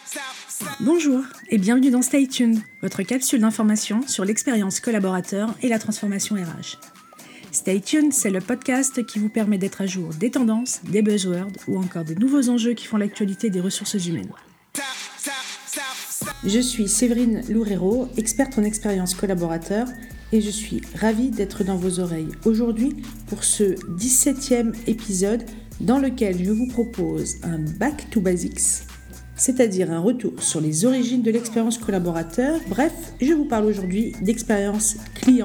Bonjour et bienvenue dans Stay Tuned, votre capsule d'information sur l'expérience collaborateur et la transformation RH. Stay Tuned, c'est le podcast qui vous permet d'être à jour des tendances, des buzzwords ou encore des nouveaux enjeux qui font l'actualité des ressources humaines. Je suis Séverine Loureiro, experte en expérience collaborateur et je suis ravie d'être dans vos oreilles aujourd'hui pour ce 17e épisode dans lequel je vous propose un Back to Basics, c'est-à-dire un retour sur les origines de l'expérience collaborateur. Bref, je vous parle aujourd'hui d'expérience client.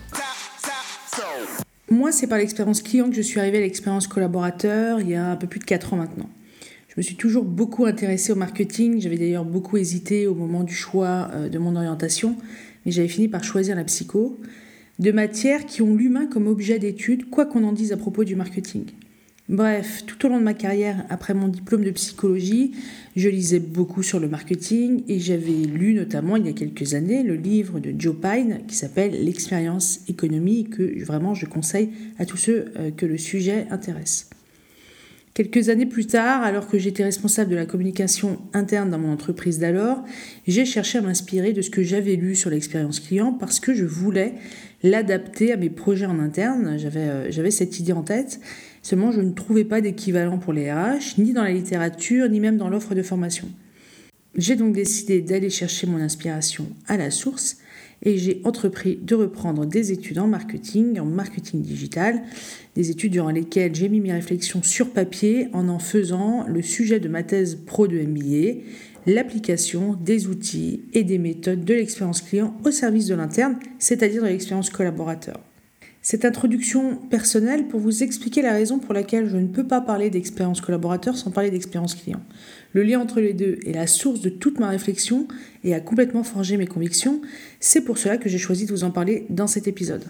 Moi, c'est par l'expérience client que je suis arrivée à l'expérience collaborateur il y a un peu plus de 4 ans maintenant. Je me suis toujours beaucoup intéressée au marketing, j'avais d'ailleurs beaucoup hésité au moment du choix de mon orientation, mais j'avais fini par choisir la psycho, de matières qui ont l'humain comme objet d'étude, quoi qu'on en dise à propos du marketing. Bref, tout au long de ma carrière, après mon diplôme de psychologie, je lisais beaucoup sur le marketing et j'avais lu notamment il y a quelques années le livre de Joe Pine qui s'appelle « L'expérience économie » que vraiment je conseille à tous ceux que le sujet intéresse. Quelques années plus tard, alors que j'étais responsable de la communication interne dans mon entreprise d'alors, j'ai cherché à m'inspirer de ce que j'avais lu sur l'expérience client parce que je voulais l'adapter à mes projets en interne. J'avais cette idée en tête, seulement je ne trouvais pas d'équivalent pour les RH, ni dans la littérature, ni même dans l'offre de formation. J'ai donc décidé d'aller chercher mon inspiration à la source et j'ai entrepris de reprendre des études en marketing digital, des études durant lesquelles j'ai mis mes réflexions sur papier en faisant le sujet de ma thèse pro de MBA, l'application des outils et des méthodes de l'expérience client au service de l'interne, c'est-à-dire de l'expérience collaborateur. Cette introduction personnelle pour vous expliquer la raison pour laquelle je ne peux pas parler d'expérience collaborateur sans parler d'expérience client. Le lien entre les deux est la source de toute ma réflexion et a complètement forgé mes convictions. C'est pour cela que j'ai choisi de vous en parler dans cet épisode.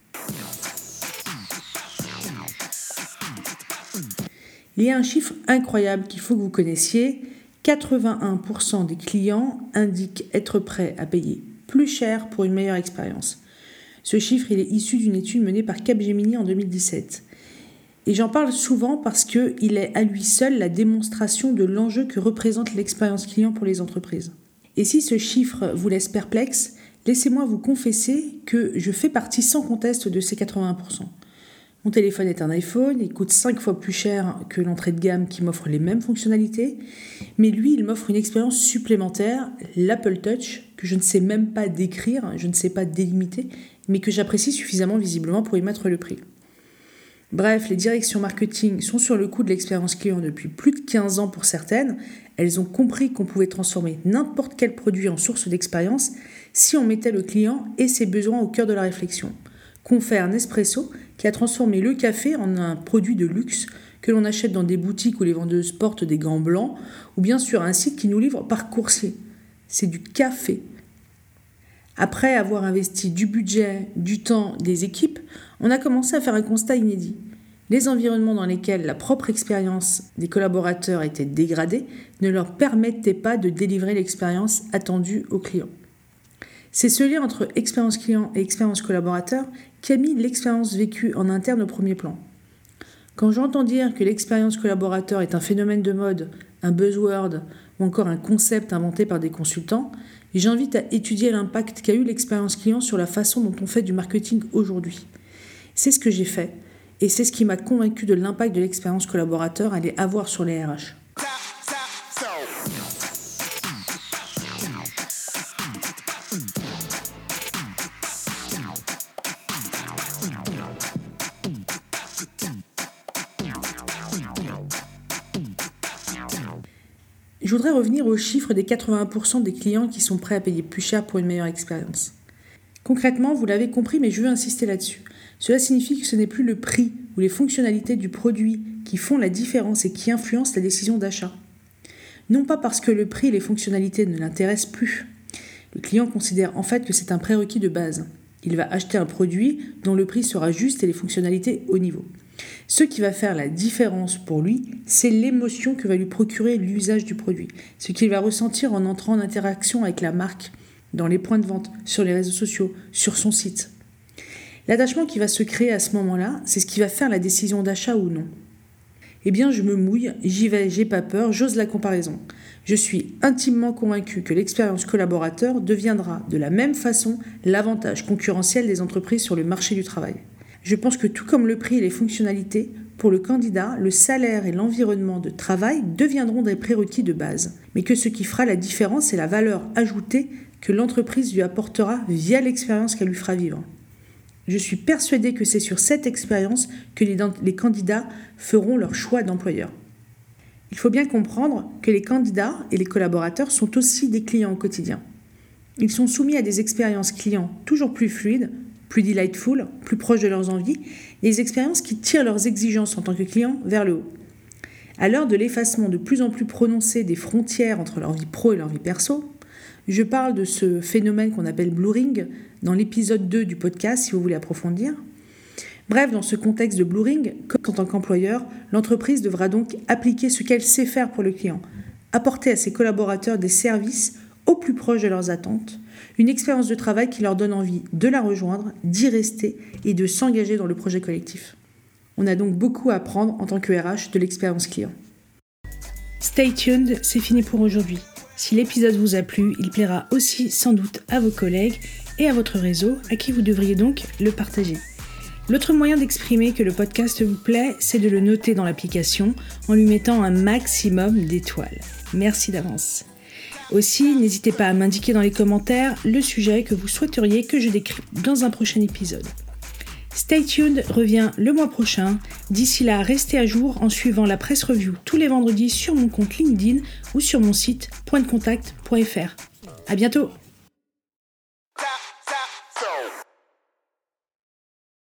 Il y a un chiffre incroyable qu'il faut que vous connaissiez. 81% des clients indiquent être prêts à payer plus cher pour une meilleure expérience. Ce chiffre, il est issu d'une étude menée par Capgemini en 2017. Et j'en parle souvent parce qu'il est à lui seul la démonstration de l'enjeu que représente l'expérience client pour les entreprises. Et si ce chiffre vous laisse perplexe, laissez-moi vous confesser que je fais partie sans conteste de ces 80%. Mon téléphone est un iPhone, il coûte 5 fois plus cher que l'entrée de gamme qui m'offre les mêmes fonctionnalités, mais lui, il m'offre une expérience supplémentaire, l'Apple Touch, que je ne sais même pas décrire, je ne sais pas délimiter, mais que j'apprécie suffisamment visiblement pour y mettre le prix. Bref, les directions marketing sont sur le coup de l'expérience client depuis plus de 15 ans pour certaines. Elles ont compris qu'on pouvait transformer n'importe quel produit en source d'expérience si on mettait le client et ses besoins au cœur de la réflexion. Confère Nespresso qui a transformé le café en un produit de luxe que l'on achète dans des boutiques où les vendeuses portent des gants blancs ou bien sur un site qui nous livre par coursier. C'est du café. Après avoir investi du budget, du temps, des équipes, on a commencé à faire un constat inédit. Les environnements dans lesquels la propre expérience des collaborateurs était dégradée ne leur permettaient pas de délivrer l'expérience attendue aux clients. C'est ce lien entre expérience client et expérience collaborateur qui a mis l'expérience vécue en interne au premier plan. Quand j'entends dire que l'expérience collaborateur est un phénomène de mode, un buzzword ou encore un concept inventé par des consultants, j'invite à étudier l'impact qu'a eu l'expérience client sur la façon dont on fait du marketing aujourd'hui. C'est ce que j'ai fait et c'est ce qui m'a convaincu de l'impact de l'expérience collaborateur allait avoir sur les RH. Je voudrais revenir au chiffre des 80% des clients qui sont prêts à payer plus cher pour une meilleure expérience. Concrètement, vous l'avez compris, mais je veux insister là-dessus. Cela signifie que ce n'est plus le prix ou les fonctionnalités du produit qui font la différence et qui influencent la décision d'achat. Non pas parce que le prix et les fonctionnalités ne l'intéressent plus. Le client considère en fait que c'est un prérequis de base. Il va acheter un produit dont le prix sera juste et les fonctionnalités au niveau. Ce qui va faire la différence pour lui, c'est l'émotion que va lui procurer l'usage du produit. Ce qu'il va ressentir en entrant en interaction avec la marque, dans les points de vente, sur les réseaux sociaux, sur son site. L'attachement qui va se créer à ce moment-là, c'est ce qui va faire la décision d'achat ou non. Eh bien, je me mouille, j'y vais, j'ai pas peur, j'ose la comparaison. Je suis intimement convaincu que l'expérience collaborateur deviendra de la même façon l'avantage concurrentiel des entreprises sur le marché du travail. Je pense que tout comme le prix et les fonctionnalités, pour le candidat, le salaire et l'environnement de travail deviendront des prérequis de base, mais que ce qui fera la différence, c'est la valeur ajoutée que l'entreprise lui apportera via l'expérience qu'elle lui fera vivre. Je suis persuadée que c'est sur cette expérience que les candidats feront leur choix d'employeur. Il faut bien comprendre que les candidats et les collaborateurs sont aussi des clients au quotidien. Ils sont soumis à des expériences clients toujours plus fluides, plus delightful, plus proches de leurs envies, et des expériences qui tirent leurs exigences en tant que clients vers le haut. À l'heure de l'effacement de plus en plus prononcé des frontières entre leur vie pro et leur vie perso, je parle de ce phénomène qu'on appelle bluring dans l'épisode 2 du podcast si vous voulez approfondir. Bref, dans ce contexte de bluring, en tant qu'employeur, l'entreprise devra donc appliquer ce qu'elle sait faire pour le client, apporter à ses collaborateurs des services au plus proche de leurs attentes, une expérience de travail qui leur donne envie de la rejoindre, d'y rester et de s'engager dans le projet collectif. On a donc beaucoup à apprendre en tant que RH de l'expérience client. Stay tuned, c'est fini pour aujourd'hui. Si l'épisode vous a plu, il plaira aussi sans doute à vos collègues et à votre réseau, à qui vous devriez donc le partager. L'autre moyen d'exprimer que le podcast vous plaît, c'est de le noter dans l'application en lui mettant un maximum d'étoiles. Merci d'avance. Aussi, n'hésitez pas à m'indiquer dans les commentaires le sujet que vous souhaiteriez que je décrypte dans un prochain épisode. Stay tuned revient le mois prochain. D'ici là, restez à jour en suivant la presse review tous les vendredis sur mon compte LinkedIn ou sur mon site pointdecontact.fr. À bientôt!